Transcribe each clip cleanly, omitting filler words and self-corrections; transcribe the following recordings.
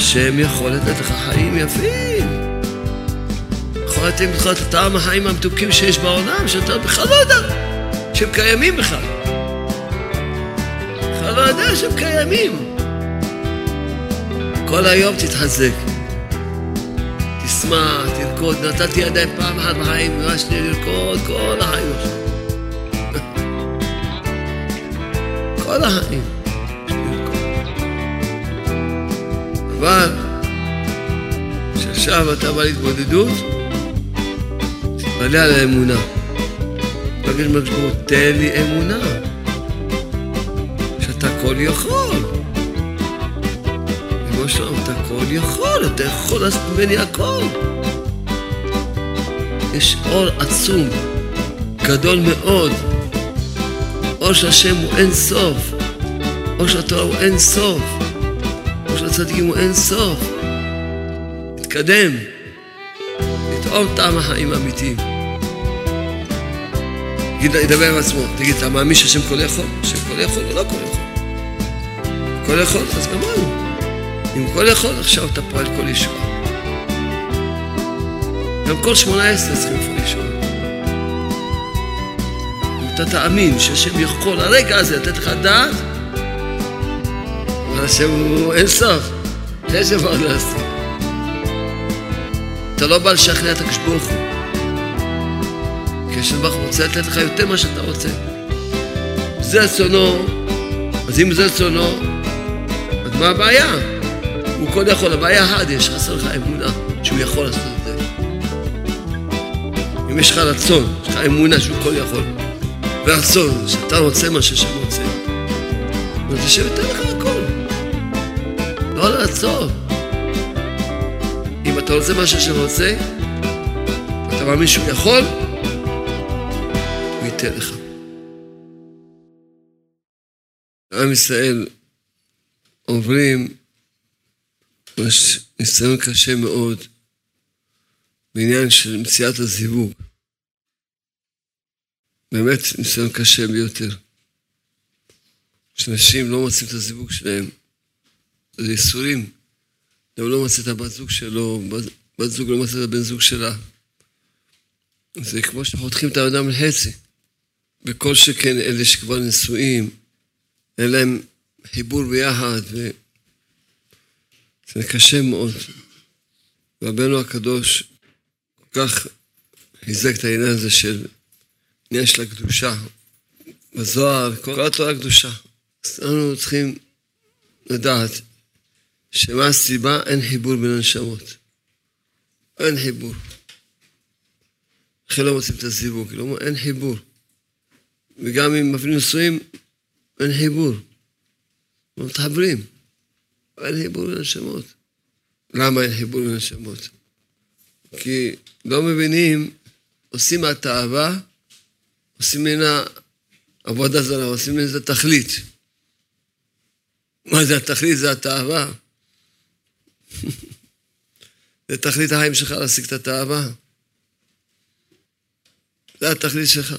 השם יכול לתת לך חיים יפים. יכול לתת לך את טעם החיים המתוקים שיש בעולם, שאתה בכלל לא יודע שהם קיימים בכלל. בכלל לא יודע שהם קיימים. כל היום תתחזק. תשמח, תרקוד. נתתי ידיים פעם אחת בחיים, ממש לרקוד כל החיים. כל החיים. אבל שעכשיו אתה בא להתבודדות, תתפלא על האמונה. תגיד משמעות, תן לי אמונה שאתה כל יכול. כמו שלום, אתה כל יכול, אתה יכול לעשות ממני הכל. יש אור עצום, גדול מאוד. אור של השם הוא אין סוף. אור של התורה הוא אין סוף. אור של הצדיקים הוא אין סוף. תתקדם. לטעום טעם החיים האמיתיים. ידבר עם עצמו. תגיד, אתה מאמין שהשם כל יכול? השם כל יכול או לא כל יכול? כל יכול, אז גמרנו. אם כל יכול, עכשיו אתה פועל כל ישועה. גם כל 18 צריכים לפעול ישועה. אתה תאמין שהשם יכול הרגע הזה לתת לך דעת, אבל השם הוא אין סוף. יש דבר לעשות. אתה לא בא לשכנע את הקדוש ברוך הוא. כי השם ברוך הוא רוצה לתת לך יותר מה שאתה רוצה. זה רצונו, אז אם זה רצונו, אז מה הבעיה? הוא כל יכול, הבעיה אחת, יש חסר לך אמונה שהוא יכול לעשות את זה. אם יש לך רצון, יש לך אמונה שהוא כל יכול, ורצון, שאתה רוצה מה שהשם רוצה, אז השם ייתן לך הכל. לא על הרצון. אם אתה רוצה מה שהשם רוצה, אתה מאמין שהוא יכול, הוא ייתן לך. עם ישראל עוברים ניסיון קשה מאוד בעניין של מציאת הזיווג. באמת ניסיון קשה ביותר. שאנשים לא מוצאים את הזיווג שלהם. זה ייסורים. הם לא מוצאים את הבת זוג שלו, בת זוג לא מוצאים את הבן זוג שלה. זה כמו שחותכים את האדם לחצי. בכל שכן אלה שכבר נשואים, אין להם חיבור ביחד, זה קשה מאוד. רבנו הקדוש כל כך חיזק את העניין הזה של עניין של הקדושה. בזוהר, כל התורה הקדושה. אז אנחנו צריכים לדעת שמה הסיבה? אין חיבור בין הנשמות. אין חיבור. לכן לא מוצאים את הזיווג, אין חיבור. וגם אם אפילו נשואים, אין חיבור. לא מתחברים. אין חיבור בין הנשמות. למה אין חיבור בין הנשמות? כי לא מבינים, עושים מהתאווה, עושים ממנה עבודה זרה, עושים ממנה זה תכלית. מה זה התכלית? זה התאווה. זה תכלית החיים שלך להשיג את התאווה. זה התכלית שלך.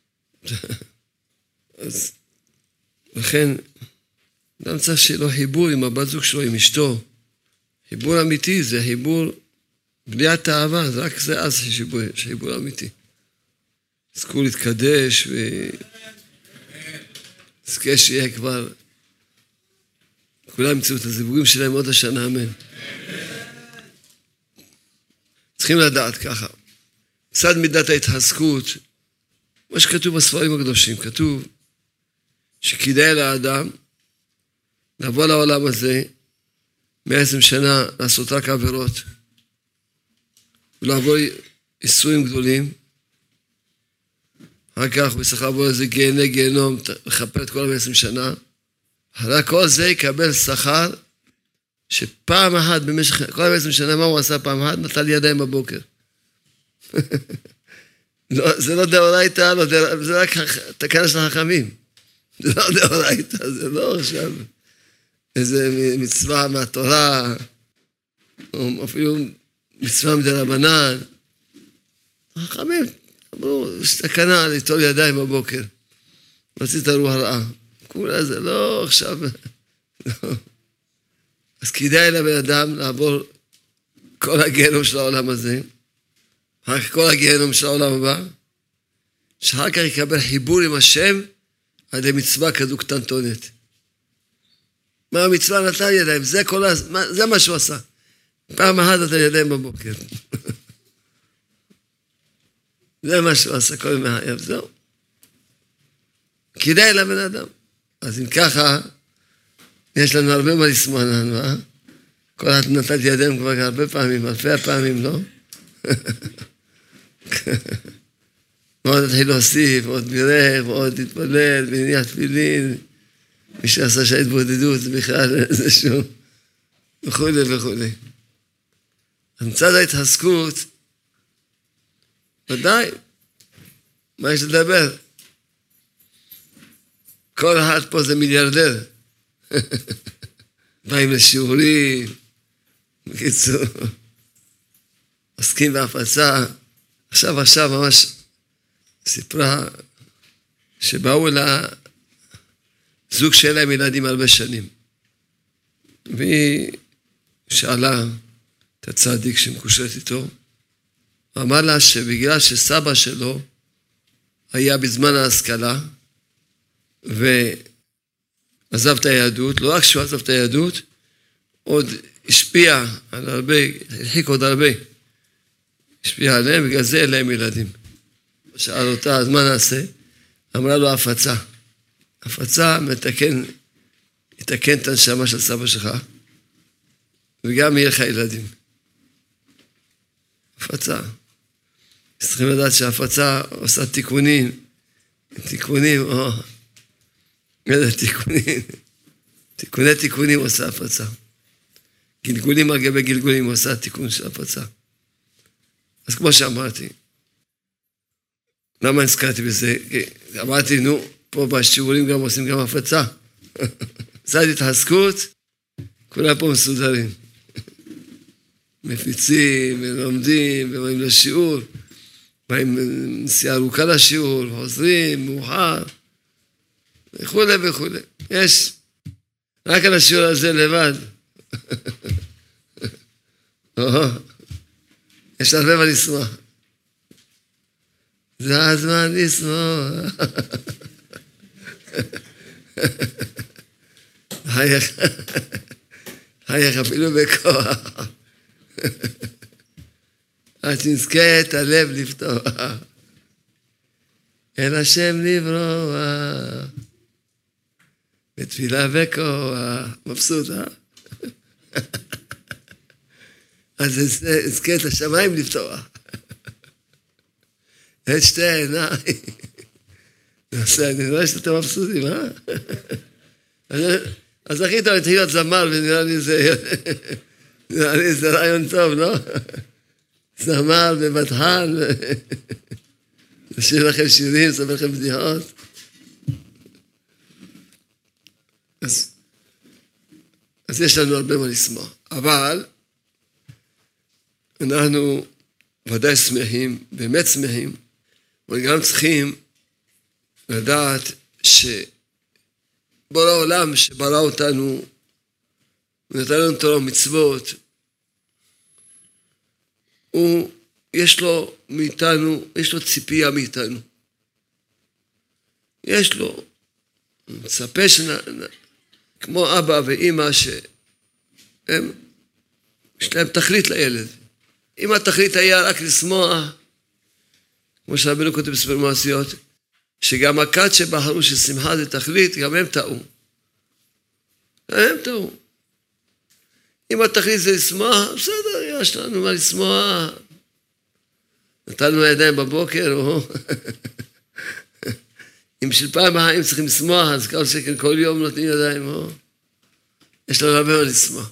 אז לכן, אדם צריך שיהיה לו חיבור עם הבת זוג שלו, עם אשתו. חיבור אמיתי זה חיבור בלי התאווה, זה רק זה אז חיבור אמיתי. זכו להתקדש וזכה שיהיה כבר, כולם ימצאו את הזיווגים שלהם עוד השנה, אמן. צריכים לדעת ככה, צד מידת ההתחזקות, מה שכתוב בספרים הקדושים, כתוב שכדאי לאדם לבוא לעולם הזה 120 שנה לעשות רק עבירות ולעבור איסורים גדולים, אחר כך צריך לעבור איזה גיהנום, לחפר את כל 120 שנה, אחרי כל זה יקבל שכר שפעם אחת במשך כל 120 שנה, מה הוא עשה פעם אחת? נטל לי ידיים בבוקר. זה לא דאורייתא, זה רק תקנה של החכמים. זה לא דאורייתא, זה לא עכשיו איזה מצווה מהתורה, או אפילו מצווה מדרבנן. החכמים אמרו, יש תקנה ליטול ידיים בבוקר. רצית רוח רעה. כולה זה לא עכשיו, לא. אז כדאי לבן אדם לעבור כל הגיהנום של העולם הזה, אחר כך כל הגיהנום של העולם הבא, שאחר כך יקבל חיבור עם השם על ידי מצווה כזו קטנטונת. מה המצווה נתן ידיים? זה מה שהוא עשה. פעם אחת נתן ידיים בבוקר. זה מה שהוא עשה כל מהערב, זהו. כדאי לבן אדם. אז אם ככה, יש לנו הרבה מה לשמוע לנו, אה? כל אחד נתת ידיים כבר הרבה פעמים, אלפי הפעמים, לא? ועוד התחיל להוסיף, עוד בירך, ועוד להתפלל, והניח תפילין, מי שעשה שעת בודדות, זה בכלל איזשהו, וכולי וכולי. אז מצד ההתחזקות, ודאי, מה יש לדבר? כל אחד פה זה מיליארדר. באים לשיעורים, בקיצור, עוסקים בהפצה. עכשיו ממש סיפרה שבאו לה זוג שלהם ילדים הרבה שנים. והיא שאלה את הצדיק שמקושרת איתו, אמר לה שבגלל שסבא שלו היה בזמן ההשכלה, ועזב את היהדות, לא רק שהוא עזב את היהדות, עוד השפיע על הרבה, הרחיק עוד הרבה, השפיע עליהם, בגלל זה אין להם ילדים. שאל אותה, אז מה נעשה? אמרה לו, הפצה. הפצה יתקן את הנשמה של סבא שלך, וגם יהיה לך ילדים. הפצה. צריכים לדעת שההפצה עושה תיקונים, איזה תיקונים עושה הפצה. גלגולים על גבי גלגולים עושה תיקון של הפצה. אז כמו שאמרתי, למה נזכרתי בזה? אמרתי, פה בשיעורים גם עושים גם הפצה. צד התחזקות, כולם פה מסודרים. מפיצים, ולומדים, ובאים לשיעור, באים נסיעה ארוכה לשיעור, וחוזרים, מאוחר, וכולי וכולי. יש, רק על השיעור הזה לבד. יש הרבה מה לשמוח. זה הזמן לשמוח. חייך אפילו בכוח. עד שנזכה את הלב לפתוח. אל השם לברוח. בתפילה וכוח. מבסוט, אה? אז נזכה את השמיים לפתוח. את שתי העיניים. אני רואה שאתם מבסוטים, אה? אז הכי טוב, נתחיל להיות זמר, ונראה לי זה רעיון טוב, לא? זמר ובטחן, נשאיר לכם שירים, נשאיר לכם בדיחות. אז יש לנו הרבה מה לשמוח. אבל אנחנו ודאי שמחים, באמת שמחים, וגם צריכים לדעת שבורא העולם שברא אותנו, ונתן לנו תורה ומצוות, יש לו מאיתנו, יש לו ציפייה מאיתנו. יש לו, מצפה כמו אבא ואמא שהם, יש להם תכלית לילד. אם התכלית היה רק לשמוח, כמו שרבנו כותב בספר מעשיות, שגם הכת שבחרו ששמחה זה תכלית, גם הם טעו. אם התכלית זה לשמוח, בסדר, יש לנו מה לשמוח. נתנו ידיים בבוקר, אם של פעם החיים צריכים לשמוח, אז כל יום נותנים ידיים, יש לנו הרבה מה לשמוח.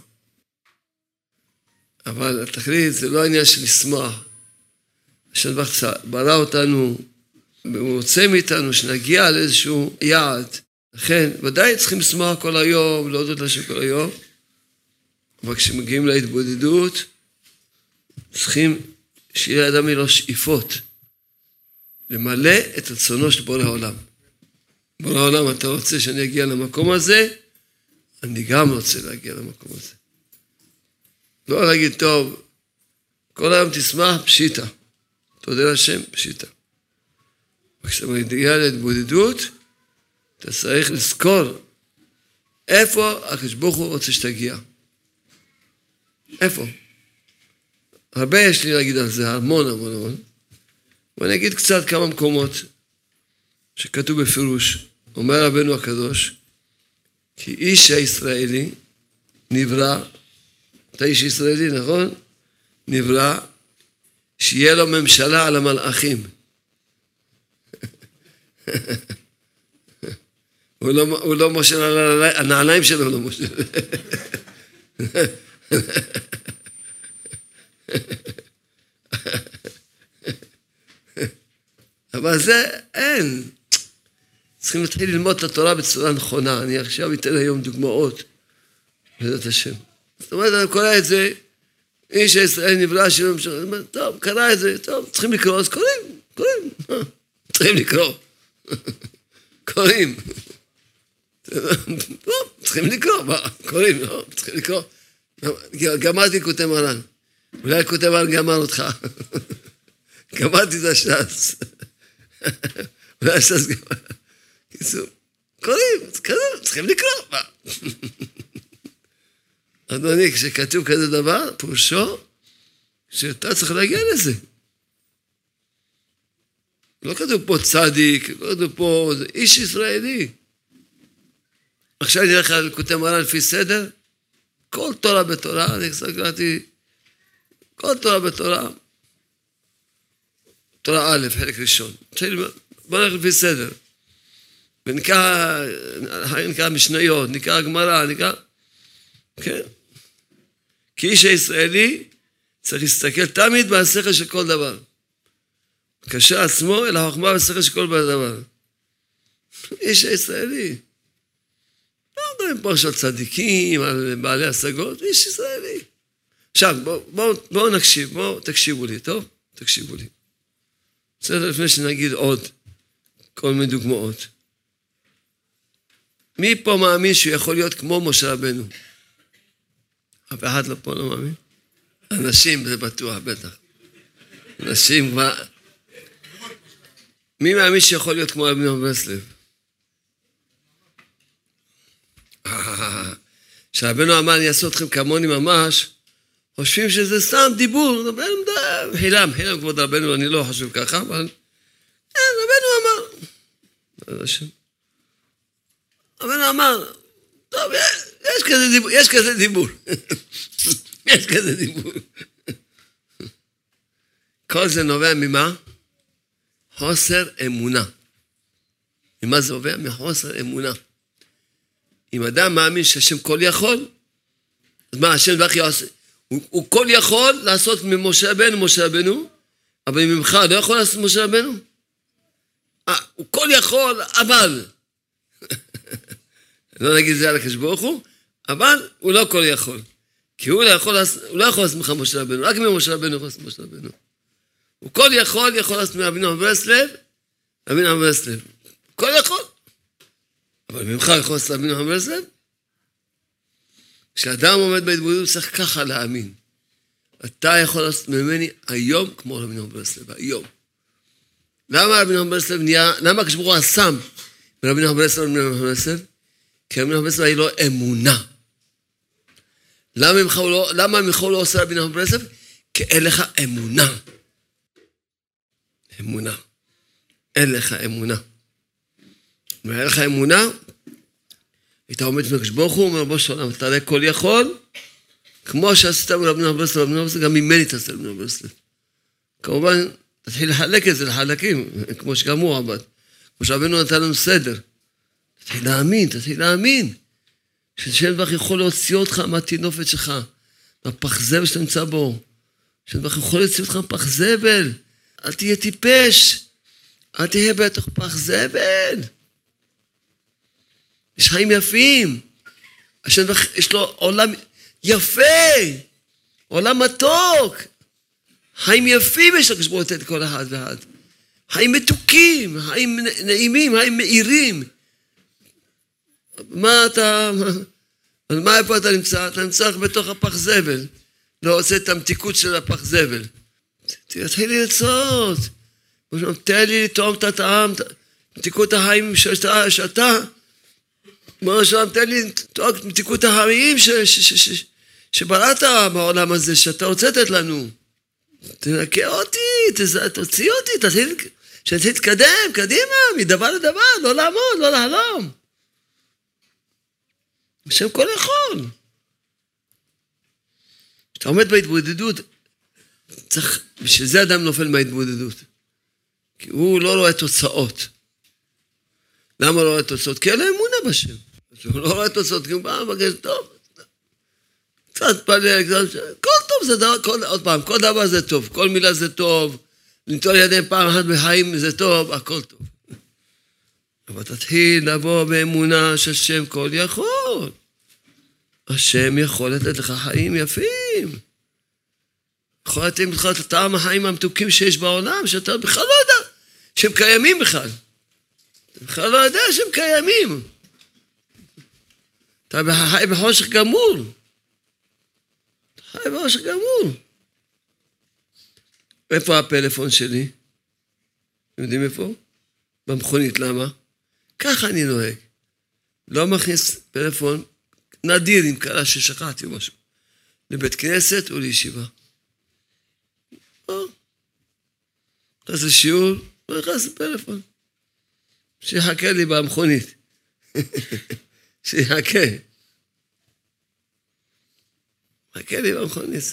אבל התכלית זה לא העניין של לשמוח. השם ברא אותנו, והוא רוצה מאיתנו שנגיע לאיזשהו יעד. לכן, ודאי צריכים לשמוח כל היום, להודות לשם כל היום, אבל כשמגיעים להתבודדות, צריכים שיהיה אדם מלא שאיפות, למלא את רצונו של בורא העולם. בורא העולם, אתה רוצה שאני אגיע למקום הזה? אני גם רוצה להגיע למקום הזה. לא להגיד, טוב, כל היום תשמח, פשיטה. תודה להשם, פשיטה. וכשאתה מגיע להתבודדות, אתה צריך לזכור איפה הקדוש ברוך הוא רוצה שתגיע. איפה? הרבה יש לי להגיד על זה, המון. ואני אגיד קצת כמה מקומות שכתוב בפירוש. אומר רבנו הקדוש, כי איש הישראלי נברא, אתה איש ישראלי, נכון? נברא, שיהיה לו ממשלה על המלאכים. הוא לא מושל על הנעליים שלו, לא מושל. אבל זה אין. צריכים להתחיל ללמוד את התורה בצורה נכונה. אני עכשיו אתן היום דוגמאות. בעזרת השם. זאת אומרת, אני קורא את זה, איש הישראל נברא שלו ממשלה. טוב, קרא את זה, טוב, צריכים לקרוא, אז קוראים. צריכים לקרוא. קוראים. לא, צריכים לקרוא, קוראים, לא, צריכים לקרוא. גמרתי כותב מרן. אולי כותב מרן גמר אותך. גמרתי את הש"ס. אולי הש"ס גמר. קיצור, קוראים, צריכים לקרוא. אדוני, כשכתוב כזה דבר, פירושו, שאתה צריך להגיע לזה. לא כתוב פה צדיק, לא כתוב פה איש ישראלי. עכשיו אני אלך על כותב מרן לפי סדר, כל תורה בתורה, אני סגרתי, כל תורה בתורה, תורה א', חלק ראשון. בוא נלך לפי סדר. ונקרא משניות, נקרא גמרא, כן. כי איש הישראלי צריך להסתכל תמיד בהשכל של כל דבר. קשר עצמו אל החוכמה והשכל של כל דבר. איש הישראלי. לא מדברים פה של צדיקים, על בעלי השגות, איש ישראלי. עכשיו, בואו נקשיב, בואו תקשיבו לי, טוב? תקשיבו לי. בסדר, לפני שנגיד עוד כל מיני דוגמאות. מי פה מאמין שהוא יכול להיות כמו משה רבנו? אף אחד לא פה לא מאמין? אנשים, זה בטוח, בטח. אנשים כבר... מי מאמין שיכול להיות כמו רבי נחמן ברסלב? כשרבנו אמר, אני אעשה אתכם כמוני ממש, חושבים שזה סתם דיבור, חילם, כבוד רבנו, אני לא חושב ככה, אבל רבנו אמר, רבנו אמר, טוב, יש כזה דיבור, יש כזה דיבור. כל זה נובע ממה? חוסר אמונה. ממה זה נובע? מחוסר אמונה. אם אדם מאמין שהשם כל יכול, אז מה, השם דבר יעשה? הוא כל יכול לעשות ממשה רבנו, אבל ממך לא יכול לעשות משה רבנו? הוא כל יכול, אבל. לא נגיד זה על הקדוש ברוך הוא, אבל הוא לא כל יכול. כי הוא לא יכול לעשות ממך משה רבנו, רק ממשה רבנו יכול לעשות משה רבנו. הוא כל יכול לעשות מרבי נחמן ברסלב, כל יכול. אבל ממך יכול לעשות רבי נחמן ברסלב? כשאדם עומד בהתבודדות, צריך ככה להאמין. אתה יכול לעשות ממני היום כמו רבי נחמן ברסלב, היום. למה רבי נחמן ברסלב נהיה, למה הקדוש ברוך הוא שם רבי נחמן ברסלב? כי רבי נחמן ברסלב היה לו אמונה. למה ממך הוא לא עושה רבי נחמן ברסלב? כי אין לך אמונה. אמונה. אין לך אמונה. ואין לך אמונה, אתה עומד בקדוש ברוך הוא, אומר בוא שלום, אתה עלי כל יכול, כמו שעשית ברבי נחמן ברסלב, גם ממני תעשה רבי נחמן ברסלב. כמובן, תתחיל לחלק את זה לחלקים, כמו שגם הוא עבד. כמו שרבנו נתן לנו סדר. תתחיל להאמין. שהשם יתברך יכול להוציא אותך מהטינופת שלך, מהפח זבל שאתה נמצא בו. שהשם יתברך יכול להוציא אותך מהפח זבל. אל תהיה טיפש. אל תהיה בתוך פח זבל. יש חיים יפים. השם יתברך יש לו עולם יפה. עולם מתוק. חיים יפים יש לקדוש ברוך הוא לתת כל אחד ואחד. חיים מתוקים, חיים נעימים, חיים מאירים. מה איפה אתה נמצא? אתה נמצא בתוך הפח זבל. לא רוצה את המתיקות של הפח זבל. תתחיל לרצות. תן לי לטעום את הטעם, מתיקות החיים שאתה, כמו שלום, תן לי מתיקות החיים שבראת בעולם הזה, שאתה רוצה לתת לנו. תנקה אותי, תוציא אותי, שתתחיל להתקדם, קדימה, מדבר לדבר, לא לעמוד, לא להלום. השם כל יכול. כשאתה עומד בהתבודדות, צריך, בשביל זה אדם נופל מההתבודדות. כי הוא לא רואה תוצאות. למה לא רואה תוצאות? כי אין לו אמונה בשם. הוא לא רואה תוצאות, כי הוא בא ומבקש, טוב, קצת פלא, כל טוב זה דבר, עוד פעם, כל דבר זה טוב, כל מילה זה טוב, לנטול ידיים פעם אחת בחיים זה טוב, הכל טוב. אבל תתחיל לבוא באמונה שהשם כל יכול. השם יכול לתת לך חיים יפים. יכול לתת לך את טעם החיים המתוקים שיש בעולם, שאתה בכלל לא יודע שהם קיימים בכלל. אתה בכלל לא יודע שהם קיימים. אתה חי בחושך גמור. אתה חי בחושך גמור. איפה הפלאפון שלי? אתם יודעים איפה? במכונית, למה? ככה אני נוהג. לא מכניס פלאפון נדיר אם קרה ששכחתי או משהו. לבית כנסת או לישיבה. נכנס לשיעור, לא נכנס לפלאפון. שיחכה לי במכונית. שיחכה. חכה לי במכונית.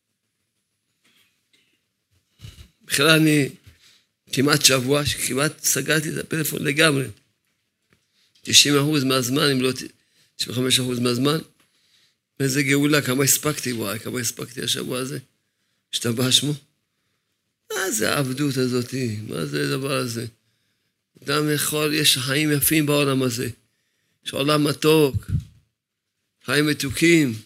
בכלל אני כמעט שבוע, שכמעט סגרתי את הפלאפון לגמרי. 90% מהזמן, אם לא 95% מהזמן. איזה גאולה, כמה הספקתי, וואי, כמה הספקתי השבוע הזה. השתבח שמו. מה זה העבדות הזאת? מה זה הדבר הזה? אדם יכול, יש חיים יפים בעולם הזה. יש עולם מתוק. חיים מתוקים.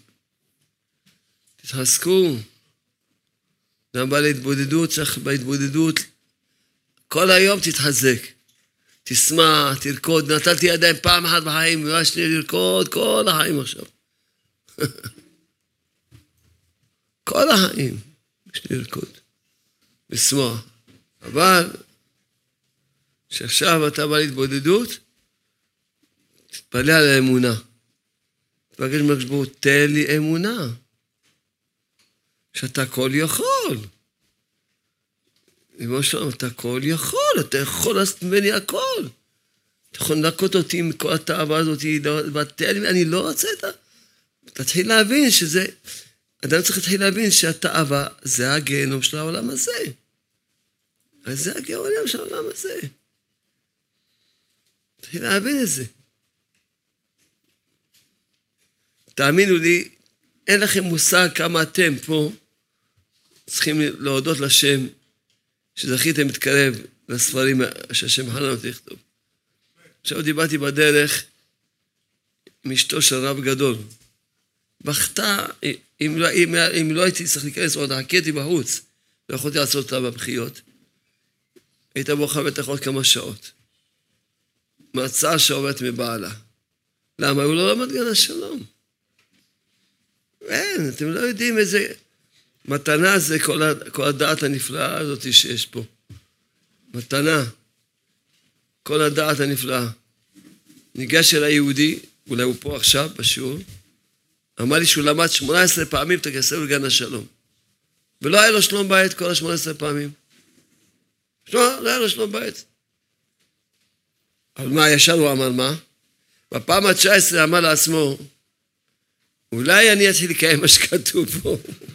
תתחזקו. אדם בא להתבודדות, צריך בהתבודדות. כל היום תתחזק. תשמח, תרקוד. נטלתי ידיים פעם אחת בחיים, ויש לי לרקוד כל החיים עכשיו. כל החיים יש לי לרקוד. לשמוח. אבל, שעכשיו אתה בא להתבודדות, תתפלא על האמונה. תבקש מהקדוש, תן לי אמונה. שאתה כל יכול. כמו שאומר, אתה כל יכול, אתה יכול לעשות ממני הכל. אתה יכול לנקות אותי עם כל התאווה הזאת, אני לא רוצה את ה... תתחיל להבין שזה... אדם צריך להתחיל להבין שהתאווה זה הגיהנום של העולם הזה. אז זה הגיהנום של העולם הזה. תתחיל להבין את זה. תאמינו לי, אין לכם מושג כמה אתם פה צריכים להודות לשם שזכיתם להתקרב לספרים שהשם חנן אותי לכתוב. עכשיו דיברתי בדרך עם אשתו של רב גדול. בכתה, אם לא הייתי צריך להיכנס עוד, חכיתי בחוץ, לא יכולתי לעשות אותה בבחיות. הייתה בוכה בטח עוד כמה שעות. מצאה שעובדת מבעלה. למה? הוא לא למד גן השלום. אין, אתם לא יודעים איזה... מתנה זה כל הדעת הנפלאה הזאת שיש פה. מתנה. כל הדעת הנפלאה. ניגש אל היהודי, אולי הוא פה עכשיו בשיעור, אמר לי שהוא למד 18 פעמים את הכסף לגן השלום. ולא היה לו שלום בית כל ה-18 פעמים. לא היה לו שלום בית. אבל מה, ישר הוא אמר מה? בפעם ה-19 אמר לעצמו, אולי אני אתחיל לקיים מה שכתוב פה.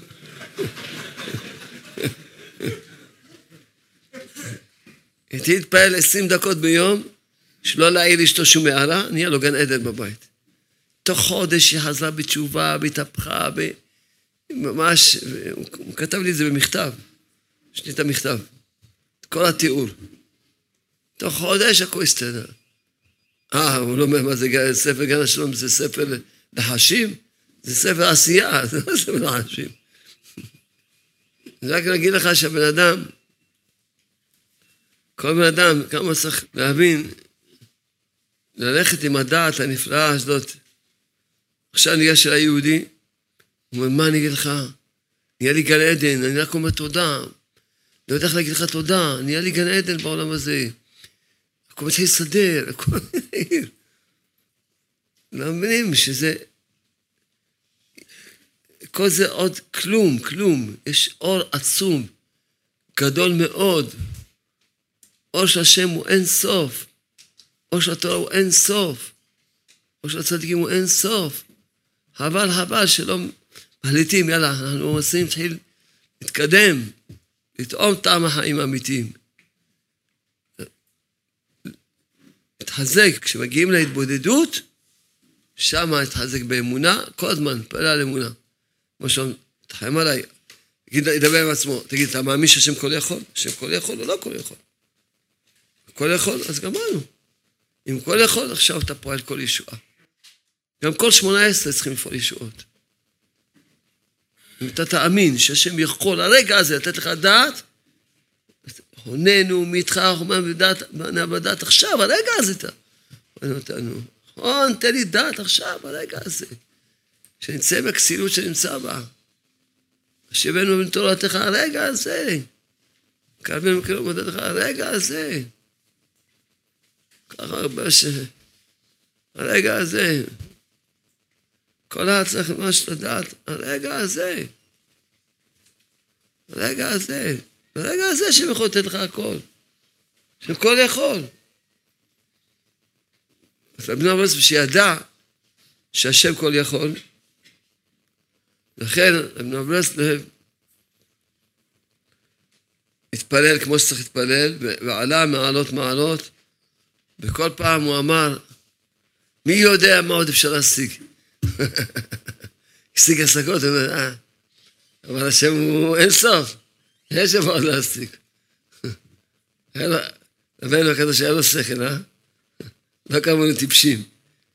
התחיל להתפעל 20 דקות ביום, שלא להעיר אשתו שום הערה, נהיה לו גן עדן בבית. תוך חודש היא חזרה בתשובה, בהתהפכה, ממש, הוא כתב לי את זה במכתב. יש לי את המכתב. כל התיאור. תוך חודש הכל הסתדר. הוא לא אומר מה זה ספר גן השלום, זה ספר לחשים? זה ספר עשייה, זה לא ספר לחשים. אני רק אגיד לך שהבן אדם, כל בן אדם, כמה צריך להבין, ללכת עם הדעת הנפלאה הזאת. עכשיו ניגש של היהודי, הוא אומר, מה אני אגיד לך? נהיה לי גן עדן, אני רק אומר תודה. לא יודע איך להגיד לך תודה, נהיה לי גן עדן בעולם הזה. הכל מתחיל לסדר, הכל נהיה. לא מבינים שזה... כל זה עוד כלום. יש אור עצום, גדול מאוד. אור של השם הוא אין סוף. אור של התורה הוא אין סוף. אור של הצדיקים הוא אין סוף. חבל שלא מחליטים, יאללה, אנחנו מנסים להתחיל להתקדם, לטעום טעם החיים האמיתיים. להתחזק, כשמגיעים להתבודדות, שם להתחזק באמונה, כל הזמן, פעלה על אמונה. כמו שאומר, תחיים עליי, ידבר עם עצמו, תגיד, אתה מאמין שהשם כל יכול? השם כל יכול או לא כל יכול? כל יכול, אז גמרנו. אם כל יכול, עכשיו אתה פועל כל ישועה. גם כל 18 צריכים לפעול ישועות. אם אתה תאמין שהשם יכול, הרגע הזה, לתת לך דעת, הוננו, מיתך, חומנו בדעת, עכשיו, הרגע הזה אתה. נכון, תן לי דעת עכשיו, הרגע הזה. שנצא בכסילות שנמצא בה. השבנו בין תורתך, הרגע הזה. קרבנו כאילו מודדך, הרגע הזה. ככה הרבה הרגע הזה. כל הצלח מה שתדעת, הרגע הזה. הרגע הזה. הרגע הזה שהם יכול לתת לך הכל. שהם כל יכול. אז רבי נוח ברסלב שידע שהשם כל יכול, לכן רבי נוח ברסלב התפלל כמו שצריך להתפלל, ועלה מעלות, וכל פעם הוא אמר, מי יודע מה עוד אפשר להשיג? השיג השגות, אבל השם הוא אין סוף, יש שם עוד להשיג. רבינו הקדוש היה לו שכל, לא כמונו טיפשים.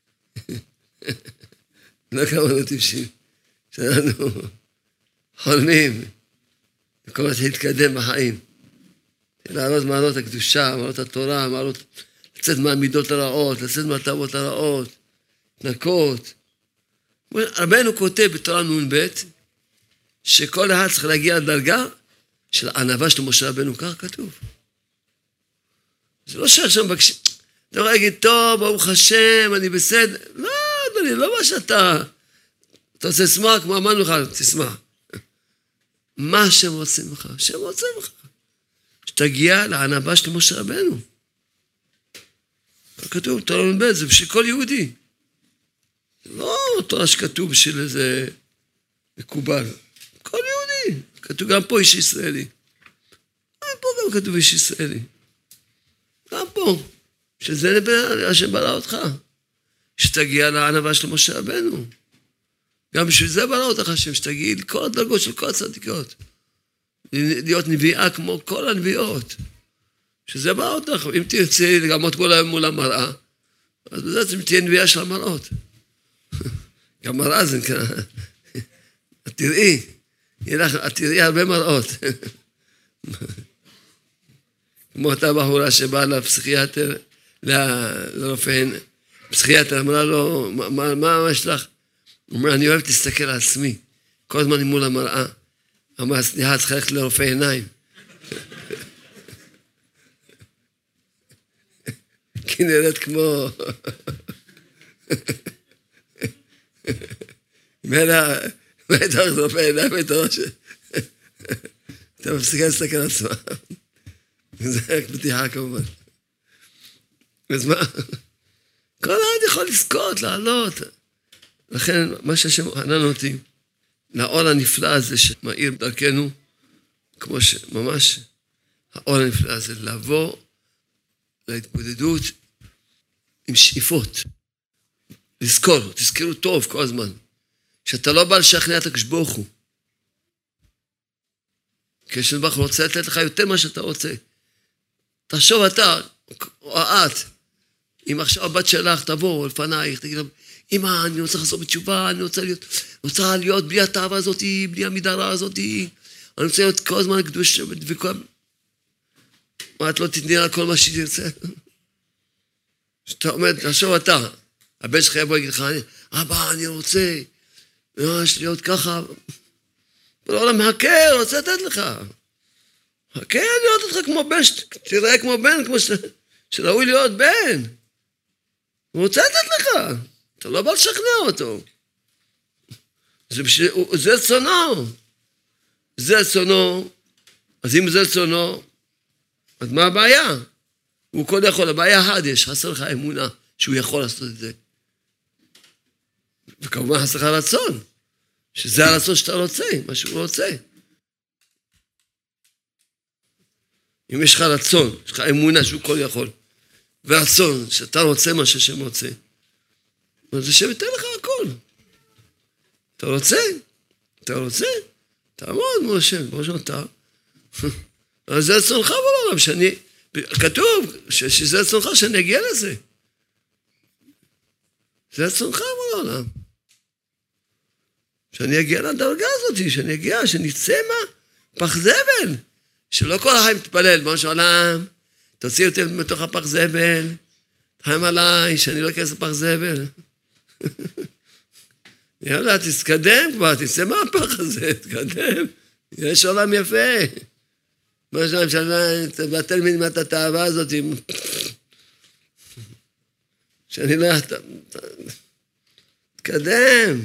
לא כמונו טיפשים. שאנחנו חולמים, וכל מה להתקדם בחיים. לעלות מעלות הקדושה, מעלות התורה, מעלות לצאת מהמידות הרעות, לצאת מהתאוות הרעות, נקות. רבנו כותב בתורה נ"ב, שכל אחד צריך להגיע לדרגה של הענווה של משה רבנו, כך כתוב. זה לא שהשם מבקשים, אתה יכול להגיד, טוב, ברוך השם, אני בסדר. לא, אדוני, לא מה שאתה רוצה לשמח, כמו אמרנו לך, תשמח. מה השם רוצה ממך? השם רוצה ממך. שתגיע לענווה של משה רבנו. כתוב, תורה נ"ב, זה בשביל כל יהודי. לא תורה שכתוב בשביל איזה מקובל. כל יהודי. כתוב גם פה איש ישראלי. גם פה גם כתוב איש ישראלי. גם פה. שזה השם ברא אותך. שתגיע לענווה של משה רבנו. גם בשביל זה ברא אותך השם, שתגיע לכל הדרגות של כל הצדיקות. להיות נביאה כמו כל הנביאות. שזה בא אותך, אם תרצה לעמוד כל היום מול המראה, אז בזה תהיה נביאה של המראות. גם מראה זה נקרא. את תראי הרבה מראות. כמו אותה בחורה שבאה לפסיכיאטר, לרופא, פסיכיאטר אמרה לו, מה יש לך? הוא אומר, אני אוהב להסתכל על עצמי. כל הזמן מול המראה. אמרה, סליחה, צריך ללכת לרופא עיניים. כי נראית כמו... בטח רופא עיניים בראש. אתה מפסיקה להסתכל על עצמה. זה רק פתיחה כמובן. אז מה? כל אחד יכול לזכות, לעלות. לכן, מה שהשם חנן אותי, לאור הנפלא הזה שמאיר דרכנו, כמו שממש, האור הנפלא הזה, לבוא להתבודדות עם שאיפות. לזכור, תזכרו טוב כל הזמן, שאתה לא בא לשכנע את הקדוש ברוך הוא. כשהקדוש ברוך הוא רוצה לתת לך יותר מה שאתה רוצה. תחשוב אתה, או את, אם עכשיו הבת שלך תבוא לפנייך, תגיד לה, אמא, אני רוצה לחזור בתשובה, אני רוצה להיות בלי התאווה הזאת, בלי המדרה הזאת, אני רוצה להיות כל הזמן קדוש, מה, את לא תתני לה כל מה שהיא תרצה? שאתה עומד, תחשוב אתה, הבן שלך יבוא להגיד לך, אבא, אני רוצה, ממש להיות ככה, העולם מחכה, רוצה לתת לך. מחכה לראות אותך כמו בן, תראה כמו בן, כמו שראוי להיות בן. הוא רוצה לתת לך. אתה לא בא לשכנע אותו. זה צונו. זה צונו. אז אם זה צונו, אז מה הבעיה? הוא כל יכול, הבעיה אחד יש, חסר לך אמונה שהוא יכול לעשות את זה. וכמובן חסר לך רצון, שזה הרצון שאתה רוצה, מה שהוא רוצה. אם יש לך רצון, יש לך אמונה שהוא כל יכול, ורצון שאתה רוצה מה שהשם רוצה, אז השם ייתן לך הכל. אתה רוצה? אתה רוצה? תעמוד מול השם, בראש אותה. אז זה רצונך בעולם, שאני... כתוב שזה רצונך שאני אגיע לזה. זה רצונך בעולם. שאני אגיע לדרגה הזאת, שאני אגיע, שנצא מה? פח זבל. שלא כל החיים תתפלל, בראש העולם, תוציא אותי מתוך הפח זבל, תחיים עליי, שאני לא אכנס לפח זבל. יאללה, תתקדם כבר, תצא מהפח הזה, תתקדם. יש עולם יפה. מה שהממשלה תבטל מנימת התאווה הזאת, שאני לא... תתקדם.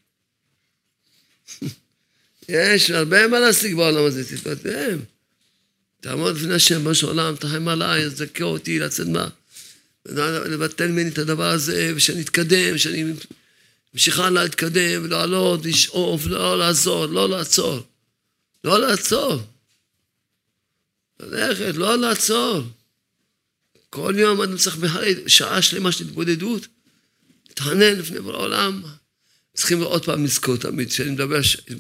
יש הרבה מה להשיג בעולם הזה, תתקדם. תעמוד לפני השם בראש העולם, תחיים עליי, תזכה אותי לצאת מה. לבטל ממני את הדבר הזה, ושאני אתקדם, שאני ממשיכה להתקדם, ולעלות, לשאוף, לא לעזור, לא לעצור. לא לעצור. ללכת, לא לעצור. כל יום אני צריך שעה שלמה של התבודדות, להתחנן לפני העולם. צריכים עוד פעם לזכור תמיד, כשאני מדבר,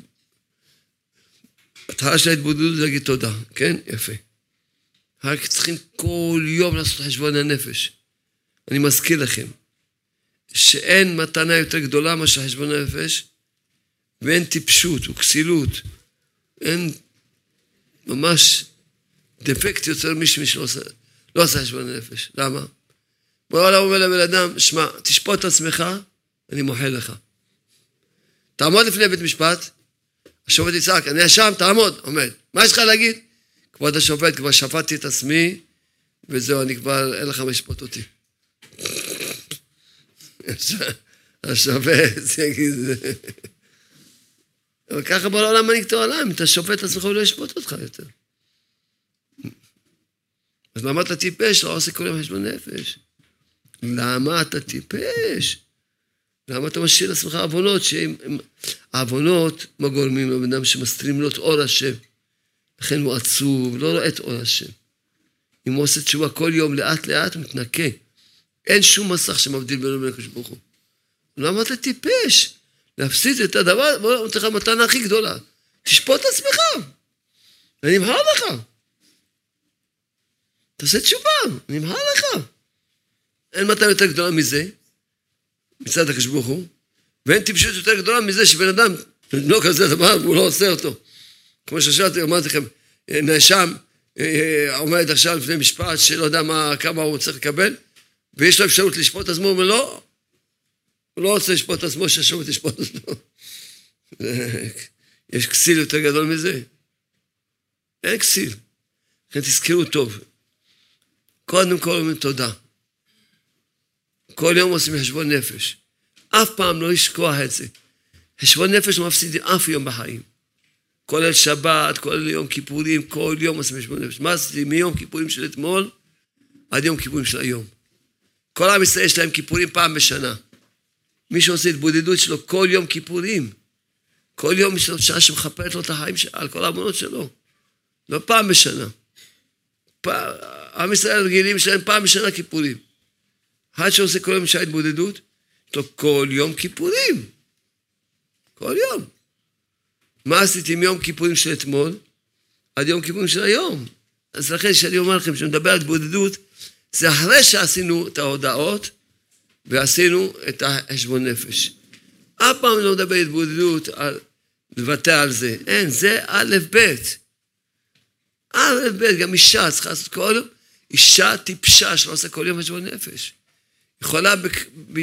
התחלה של ההתבודדות זה להגיד תודה, כן? יפה. רק צריכים כל יום לעשות חשבון הנפש. אני מזכיר לכם, שאין מתנה יותר גדולה מאשר חשבון הנפש, ואין טיפשות וכסילות, אין ממש דפקט יוצר מישהו שלא עושה חשבון הנפש. למה? בעולם אומר לבן אדם, שמע, תשפוט את עצמך, אני מוחל לך. תעמוד לפני בית משפט, השופט יצעק, אני אשם, תעמוד, עומד. מה יש לך להגיד? כבוד השופט, כבר שפטתי את עצמי, וזהו, אני כבר, אין לך משפט אותי. השופט יגיד, אבל ככה בעולם מנהיג את העולם, אתה שופט את עצמך ולא ישפוט אותך יותר. אז למה אתה טיפש? לא עושה כל יום חשבון נפש. למה אתה טיפש? למה אתה משאיר לעצמך עוונות? העוונות גורמים לבן אדם שמסתירים לו את אור השם. לכן הוא עצוב, לא רואה את אור השם. אם הוא עושה תשובה כל יום, לאט לאט מתנקה. אין שום מסך שמבדיל בינו ובין הקדוש ברוך הוא. למה אתה טיפש? להפסיד את הדבר, בוא נתן לך מתנה הכי גדולה. תשפוט את עצמך. אני אמהר לך. תעשה תשובה, אני אמהר לך. אין מתנה יותר גדולה מזה, מצד הקדוש ברוך הוא, ואין טיפשות יותר גדולה מזה שבן אדם לא כזה דבר והוא לא עושה אותו. כמו ששאלתי, אמרתי לכם, נאשם עומד עכשיו לפני משפט שלא יודע כמה הוא צריך לקבל, ויש לו אפשרות לשפוט את עצמו, הוא אומר לא, הוא לא רוצה לשפוט את עצמו, שהשופט ישפוט את עצמו. יש כסיל יותר גדול מזה. אין כסיל. לכן תזכרו טוב. קודם כל אומרים תודה. כל יום עושים חשבון נפש. אף פעם לא לשכוח את זה. חשבון נפש לא מפסידים אף יום בחיים. כולל שבת, כולל יום כיפורים, כל יום עושים חשבון נפש. מה עשיתי מיום כיפורים של אתמול עד יום כיפורים של היום. כל עם ישראל יש להם כיפורים פעם בשנה. מי שעושה התבודדות שלו כל יום כיפורים. כל יום יש לו שעה שמחפרת לו את החיים על כל העוונות שלו. לא פעם בשנה. עם ישראל רגילים שלהם פעם בשנה כיפורים. אחד שעושה כל יום שעה התבודדות, יש לו כל יום כיפורים. כל יום. מה עשיתי מיום כיפורים של אתמול עד יום כיפורים של היום? אז לכן שאני אומר לכם, כשנדבר על התבודדות, זה אחרי שעשינו את ההודעות, ועשינו את החשבון נפש. אף פעם לא מדבר התבודדות, לוותר על זה. אין, זה א' ב'. א' ב', גם אישה צריכה לעשות כל יום, אישה טיפשה שלא עושה כל יום חשבון נפש. יכולה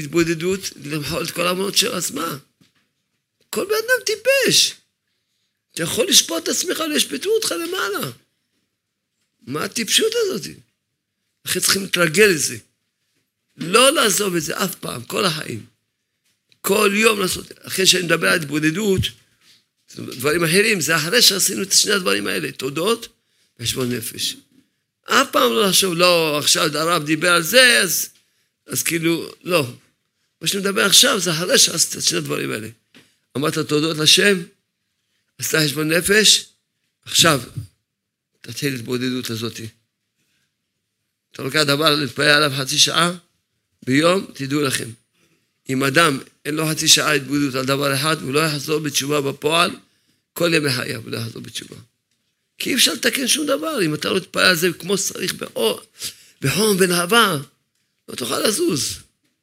בהתבודדות למחול את כל העוונות של עצמה. כל בן אדם טיפש. אתה יכול לשפוט את עצמך, וישפטו אותך למעלה. מה הטיפשות הזאת? לכן צריכים להתרגל לזה. לא לעזוב את זה אף פעם, כל החיים. כל יום לעשות. אחרי שאני מדבר על התבודדות, דברים אחרים, זה אחרי שעשינו את שני הדברים האלה, תודות וחשבון נפש. אף פעם לא לחשוב, לא, עכשיו הרב דיבר על זה, אז כאילו, לא. מה שאני מדבר עכשיו, זה אחרי שעשית את שני הדברים האלה. אמרת תודות לשם, עשית חשבון נפש, עכשיו, תתחיל התבודדות הזאת. אתה לוקח דבר להתפלל עליו חצי שעה, ביום, תדעו לכם. אם אדם אין לו חצי שעה התבודדות על דבר אחד, הוא לא יחזור בתשובה בפועל, כל ימי חייו הוא לא יחזור בתשובה. כי אי אפשר לתקן שום דבר, אם אתה לא תתפלל על זה כמו שצריך בחום, בנהבה, לא תוכל לזוז.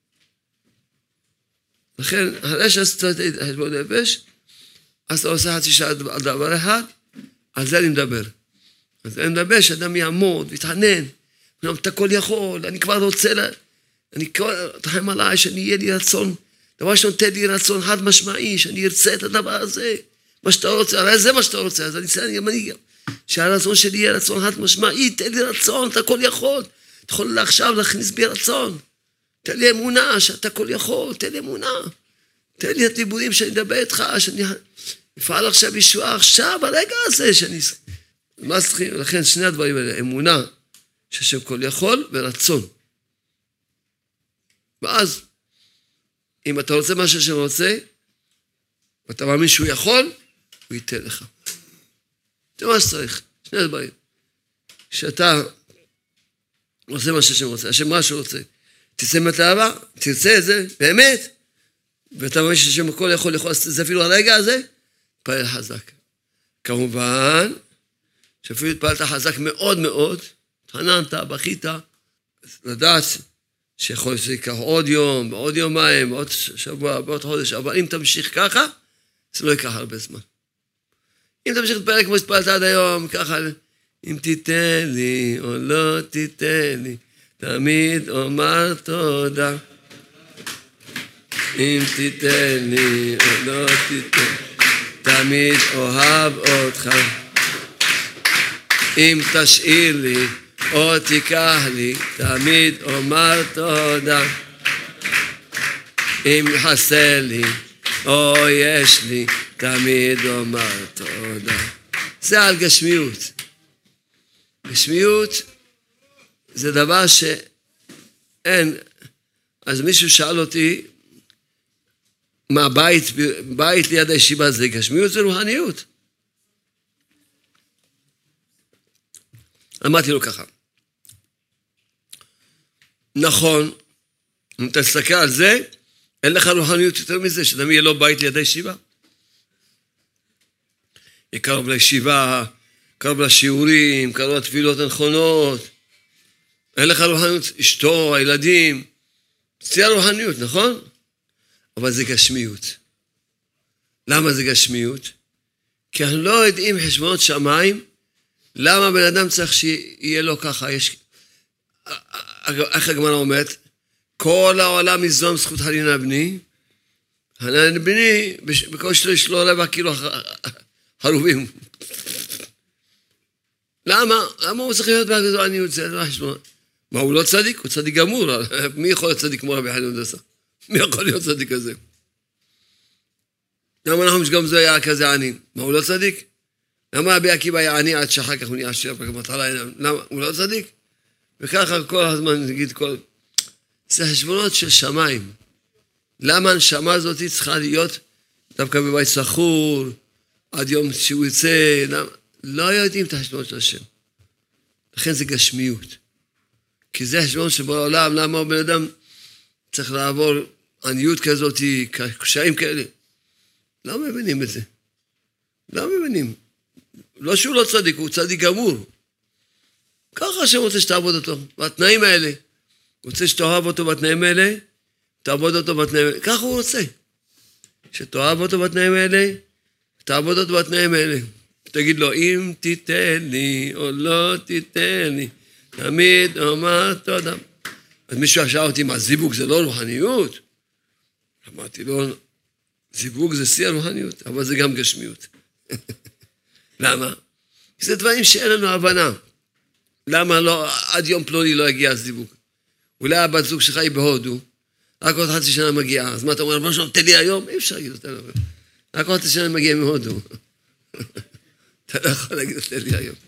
לכן, אחרי שעשית את חשבון נפש, אז אתה עושה חצי שעה על דבר אחד, על זה אני מדבר. אז אני מדבר שאדם יעמוד ויתענן, אתה כל יכול, אני כבר רוצה, תחם עליי שאני יהיה לי רצון, דבר שנותן לי רצון חד משמעי, שאני ארצה את הדבר הזה, מה שאתה רוצה, הרי זה מה שאתה רוצה, אז אני אצא גם אני, שהרצון שלי יהיה רצון חד משמעי, תן לי רצון, אתה כל יכול, אתה יכול עכשיו להכניס בי רצון, תן לי אמונה שאתה כל יכול, תן לי אמונה, תן לי את ליבודים שאני אדבר איתך, שאני אפעל עכשיו ישועה, עכשיו, הרגע הזה, שאני... מה צריכים? לכן שני הדברים האלה, אמונה, שהשם כל יכול, ורצון. ואז, אם אתה רוצה מה שהשם רוצה, ואתה מאמין שהוא יכול, הוא ייתן לך. זה מה שצריך, שני הדברים. כשאתה עושה מה שהשם רוצה, השם מה שהוא רוצה, תצא מהתאווה, תרצה את זה, באמת, ואתה מאמין שהשם כל יכול לעשות את זה אפילו הרגע הזה, תפעל חזק. כמובן, שאפילו התפעלת חזק מאוד מאוד, תחננת, בכית, לדעת שיכול להיות שיקח עוד יום, בעוד יומיים, בעוד שבוע, בעוד חודש, אבל אם תמשיך ככה, זה לא ייקח הרבה זמן. אם תמשיך להתפעל כמו שתפעלת עד היום, ככה, אם תיתן לי או לא תיתן לי, תמיד אומר תודה. אם תיתן לי או לא תיתן, תמיד אוהב אותך. אם תשאיר לי או תיקח לי, תמיד אומר תודה. אם חסר לי או יש לי, תמיד אומר תודה. זה על גשמיות. גשמיות זה דבר שאין. אז מישהו שאל אותי, מה בית ליד הישיבה זה גשמיות? זה רוחניות. אמרתי לו ככה, נכון, אם אתה תסתכל על זה, אין לך רוחניות יותר מזה, שאדם יהיה לו בית ליד הישיבה. יהיה קרוב לישיבה, קרוב לשיעורים, קרוב לתפילות הנכונות, אין לך רוחניות, אשתו, הילדים, זה הרוחניות, נכון? אבל זה גשמיות. למה זה גשמיות? כי אנחנו לא יודעים חשבונות שמיים, למה בן אדם צריך שיהיה לו ככה? איך הגמרא אומרת? כל העולם יזום זכות חנינא בני, חנינא בני, בכל שלו יש לו רבע קילו חרובים. למה הוא צריך להיות בהגזו עניות? זה לא חשבון. מה, הוא לא צדיק? הוא צדיק גמור. מי יכול להיות צדיק כמו רבי חנינא דסה? מי יכול להיות צדיק כזה? למה אנחנו שגם זה היה כזה עני? מה, הוא לא צדיק? למה רבי עקיבא היה עני עד שאחר כך הוא נהיה עשיר? למה? הוא לא צדיק? וככה כל הזמן נגיד זה חשבונות של שמיים. למה הנשמה הזאת צריכה להיות דווקא בבית סחור, עד יום שהוא יצא? לא יודעים את החשבונות של השם. לכן זה גשמיות. כי זה חשבון שבעולם, למה בן אדם צריך לעבור עניות כזאת, קשיים כאלה? לא מבינים את זה. לא מבינים. לא שהוא לא צדיק, הוא צדיק גמור. ככה השם רוצה שתעבוד אותו, בתנאים האלה. הוא רוצה שתאהב אותו בתנאים האלה, תעבוד אותו בתנאים האלה. ככה הוא רוצה. שתאהב אותו בתנאים האלה, תעבוד אותו בתנאים האלה. תגיד לו, אם תיתן לי או לא תיתן לי, תמיד אומר תודה. אז מישהו שאל אותי, מה, זיווג זה לא רוחניות? אמרתי לו, זיווג זה שיא הרוחניות, אבל זה גם גשמיות. למה? כי זה דברים שאין לנו הבנה. למה לא, עד יום פלוני לא הגיע הזיווג? אולי הבת זוג שלך היא בהודו, רק עוד חצי שנה מגיעה, אז מה אתה אומר, בוא תן לי היום? אי אפשר להגיד אותה לו. רק עוד חצי שנה מגיעה מהודו. אתה לא יכול להגיד אותה לי היום.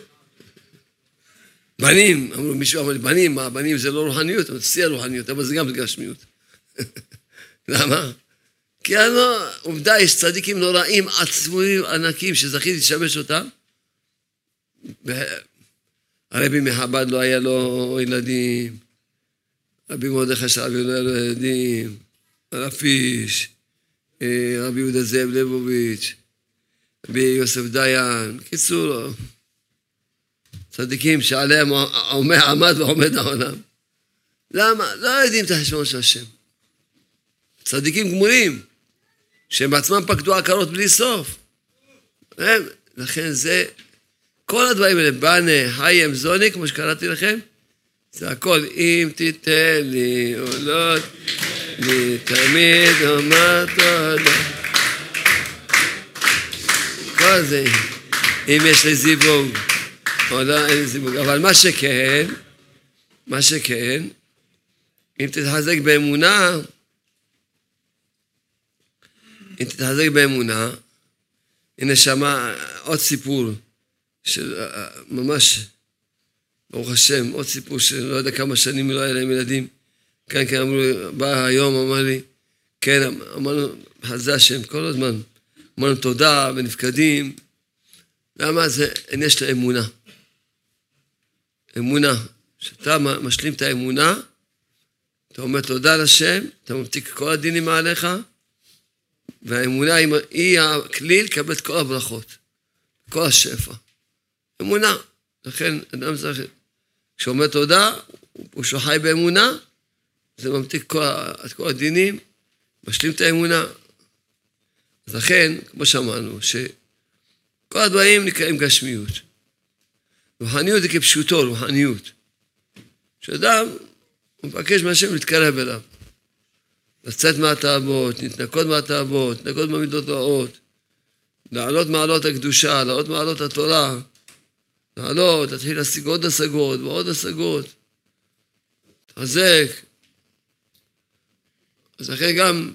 בנים, אמרו מישהו, אמר לי, בנים, מה, בנים זה לא רוחניות, אבל זה רוחניות, אבל זה גם גשמיות. למה? כי עובדה, יש צדיקים נוראים, עצמונים, ענקים, שזכיתי לשמש אותם. הרבי מחב"ד לא היה לו ילדים, רבי מרדכי שלוי לא היה לו ילדים, הרב פיש, רבי יהודה זאב ליבוביץ', רבי יוסף דיין, קיצור, צדיקים שעליהם עמד ועומד העולם. למה? לא יודעים את החשבון של השם. צדיקים גמורים, שהם בעצמם פקדו עקרות בלי סוף. לכן זה, כל הדברים האלה, בנה, חיים, זוני, כמו שקראתי לכם, זה הכל, אם תיתן לי עולות, לי תמיד אומר תודה. כל זה, אם יש לי זיווג, או לא, אין לי זיווג. אבל מה שכן, אם תתחזק באמונה, הנה שמה עוד סיפור, של ממש, ברוך השם, עוד סיפור של לא יודע כמה שנים לא היה להם ילדים. כן, אמרו לי, בא היום, אמר לי, כן, אמרנו, זה השם, כל הזמן. אמרנו תודה ונפקדים. למה זה? יש לה אמונה. אמונה. כשאתה משלים את האמונה, אתה אומר תודה לשם, אתה ממתיק כל הדינים מעליך, והאמונה היא הכלי לקבל את כל הברכות, כל השפע. אמונה. לכן אדם צריך, כשאומר תודה, הוא שוחי באמונה, זה ממתיק את כל הדינים, משלים את האמונה. אז לכן, כמו שאמרנו, שכל הדברים נקראים גשמיות. רוחניות זה כפשוטו, רוחניות. שאדם, הוא מבקש מהשם להתקרב אליו. לצאת מהתאוות, להתנקות מהתאוות, להתנקות מהמידות רעות, לעלות מעלות הקדושה, לעלות מעלות התורה, לעלות, להתחיל להשיג עוד השגות ועוד השגות, תחזק. אז אחרי גם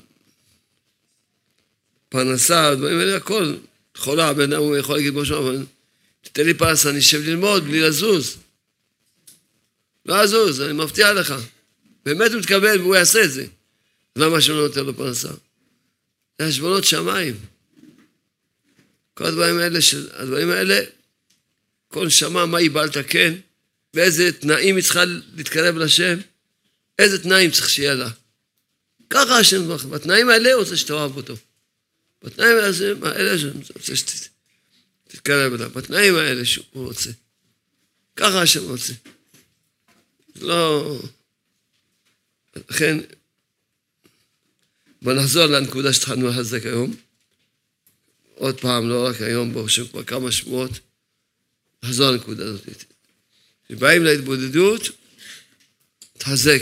פרנסה, דברים האלה, הכל, חולה, בן אדם הוא יכול להגיד משהו, אבל תתן לי פרנסה, אני אשב ללמוד בלי לזוז. לא לזוז, אני מבטיח לך. באמת הוא מתקבל והוא יעשה את זה. למה שהוא לא נותן לו פרנסה? זה השבונות שמיים. כל הדברים האלה, כל נשמה, מה היא באה לתקן, באיזה תנאים היא צריכה להתקרב לשם, איזה תנאים צריך שיהיה לה. ככה השם, בתנאים האלה הוא רוצה שתאהב אותו. בתנאים האלה שהוא רוצה שתתקרב אליו. בתנאים האלה שהוא רוצה. ככה השם רוצה. לא... לכן, בוא נחזור לנקודה שתחלנו לחזק היום. עוד פעם, לא רק היום, ברוך השם, כבר כמה שבועות, נחזור לנקודה הזאת. כשבאים להתבודדות, תחזק.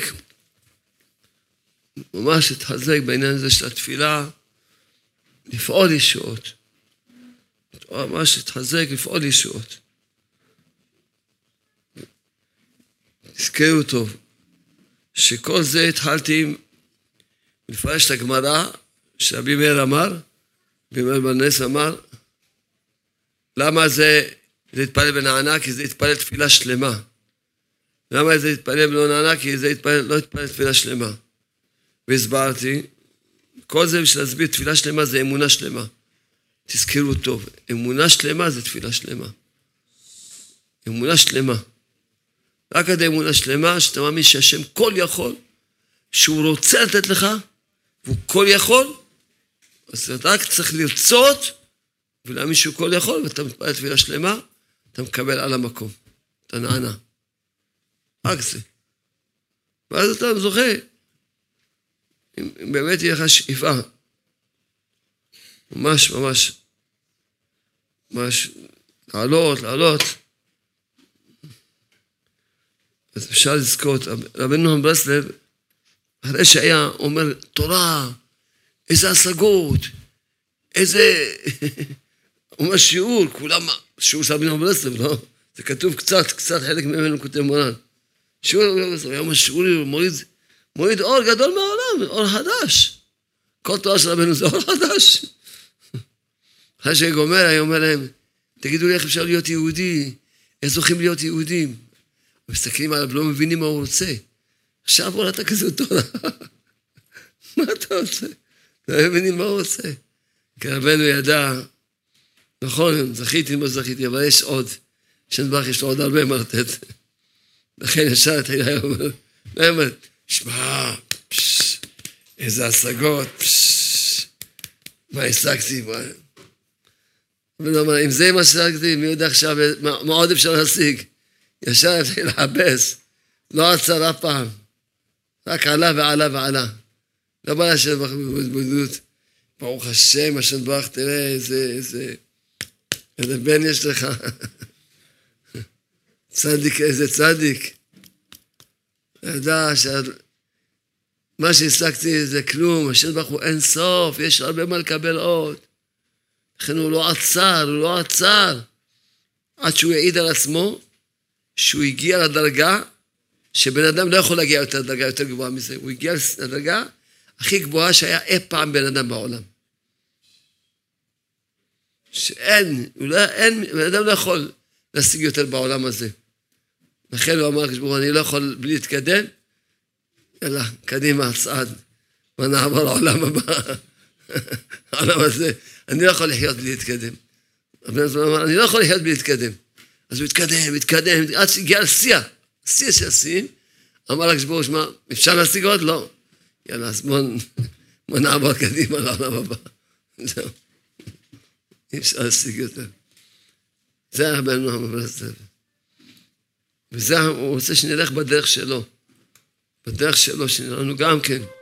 ממש תחזק בעניין הזה של התפילה, לפעול ישועות. ממש תחזק, לפעול ישועות. תזכרו טוב, שכל זה התחלתי לפרש את הגמרא, שרבי מאיר אמר, רבי מאיר בנס אמר, למה זה להתפלל בנענה? כי זה התפלל תפילה שלמה. למה זה להתפלל בלא נענה? כי זה לא התפלל תפילה שלמה. והסברתי, כל זה בשביל להסביר תפילה שלמה זה אמונה שלמה. תזכרו טוב, אמונה שלמה זה תפילה שלמה. אמונה שלמה. רק עד אמונה שלמה, שאתה מאמין שהשם כל יכול, שהוא רוצה לתת לך, והוא כל יכול, אז אתה רק צריך לרצות, ולהאמין שהוא כל יכול, ואתה מתפלל תפילה שלמה, אתה מקבל על המקום. אתה נענה. רק זה. ואז אתה זוכה. אם באמת יהיה לך שאיפה. ממש, ממש, ממש, לעלות. אז אפשר לזכות. רבנו נוחם ברסלב, אחרי שהיה אומר, תורה, איזה השגות, איזה... הוא אומר שיעור, כולם, שיעור של רבי נחמן מברסלב, לא? זה כתוב קצת, חלק ממנו כותב מורן. שיעור, הוא אומר שיעור מוריד אור גדול מהעולם, אור חדש. כל תורה של רבנו זה אור חדש. אחרי שגומר, היה אומר להם, תגידו לי איך אפשר להיות יהודי, איך זוכים להיות יהודים. מסתכלים עליו, לא מבינים מה הוא רוצה. עכשיו בוא אתה כזה תורה. מה אתה רוצה? לא מבינים מה הוא רוצה. כי רבנו ידע, נכון, זכיתי מה זכיתי, אבל יש עוד. שנבח יש לו עוד הרבה מה לתת. לכן ישר את היה אומר, שמע, איזה השגות, מה השגתי, אם זה מה שהשגתי, מי יודע עכשיו, מה עוד אפשר להשיג? ישר התחיל לחפש, לא עצר אף פעם, רק עלה ועלה ועלה. לא בא לשם בך בבודדות, ברוך השם, השם בך, תראה איזה בן יש לך. צדיק, איזה צדיק. ידע מה שהשגתי זה כלום, השם בך הוא אין סוף, יש הרבה מה לקבל עוד. לכן הוא לא עצר, עד שהוא יעיד על עצמו, שהוא הגיע לדרגה, שבן אדם לא יכול להגיע לדרגה יותר גבוהה מזה, הוא הגיע לדרגה הכי גבוהה שהיה אי פעם בן אדם בעולם. שאין, בן אדם לא יכול להשיג יותר בעולם הזה. לכן הוא אמר, אני לא יכול בלי להתקדם, אלא, קדימה, צעד, ונעבור לעולם הבא, העולם הזה, אני לא יכול לחיות בלי להתקדם. אני לא יכול לחיות בלי להתקדם. אז הוא התקדם, עד שהגיע לשיא של השיאים, אמר לקדוש ברוך הוא, מה, אפשר להשיג עוד? לא. יאללה, אז בוא נעבור קדימה לעולם הבא. זהו. אי אפשר להשיג יותר. זה רבנו המברסלב. וזה, הוא רוצה שנלך בדרך שלו. בדרך שלו, שנראינו גם כן.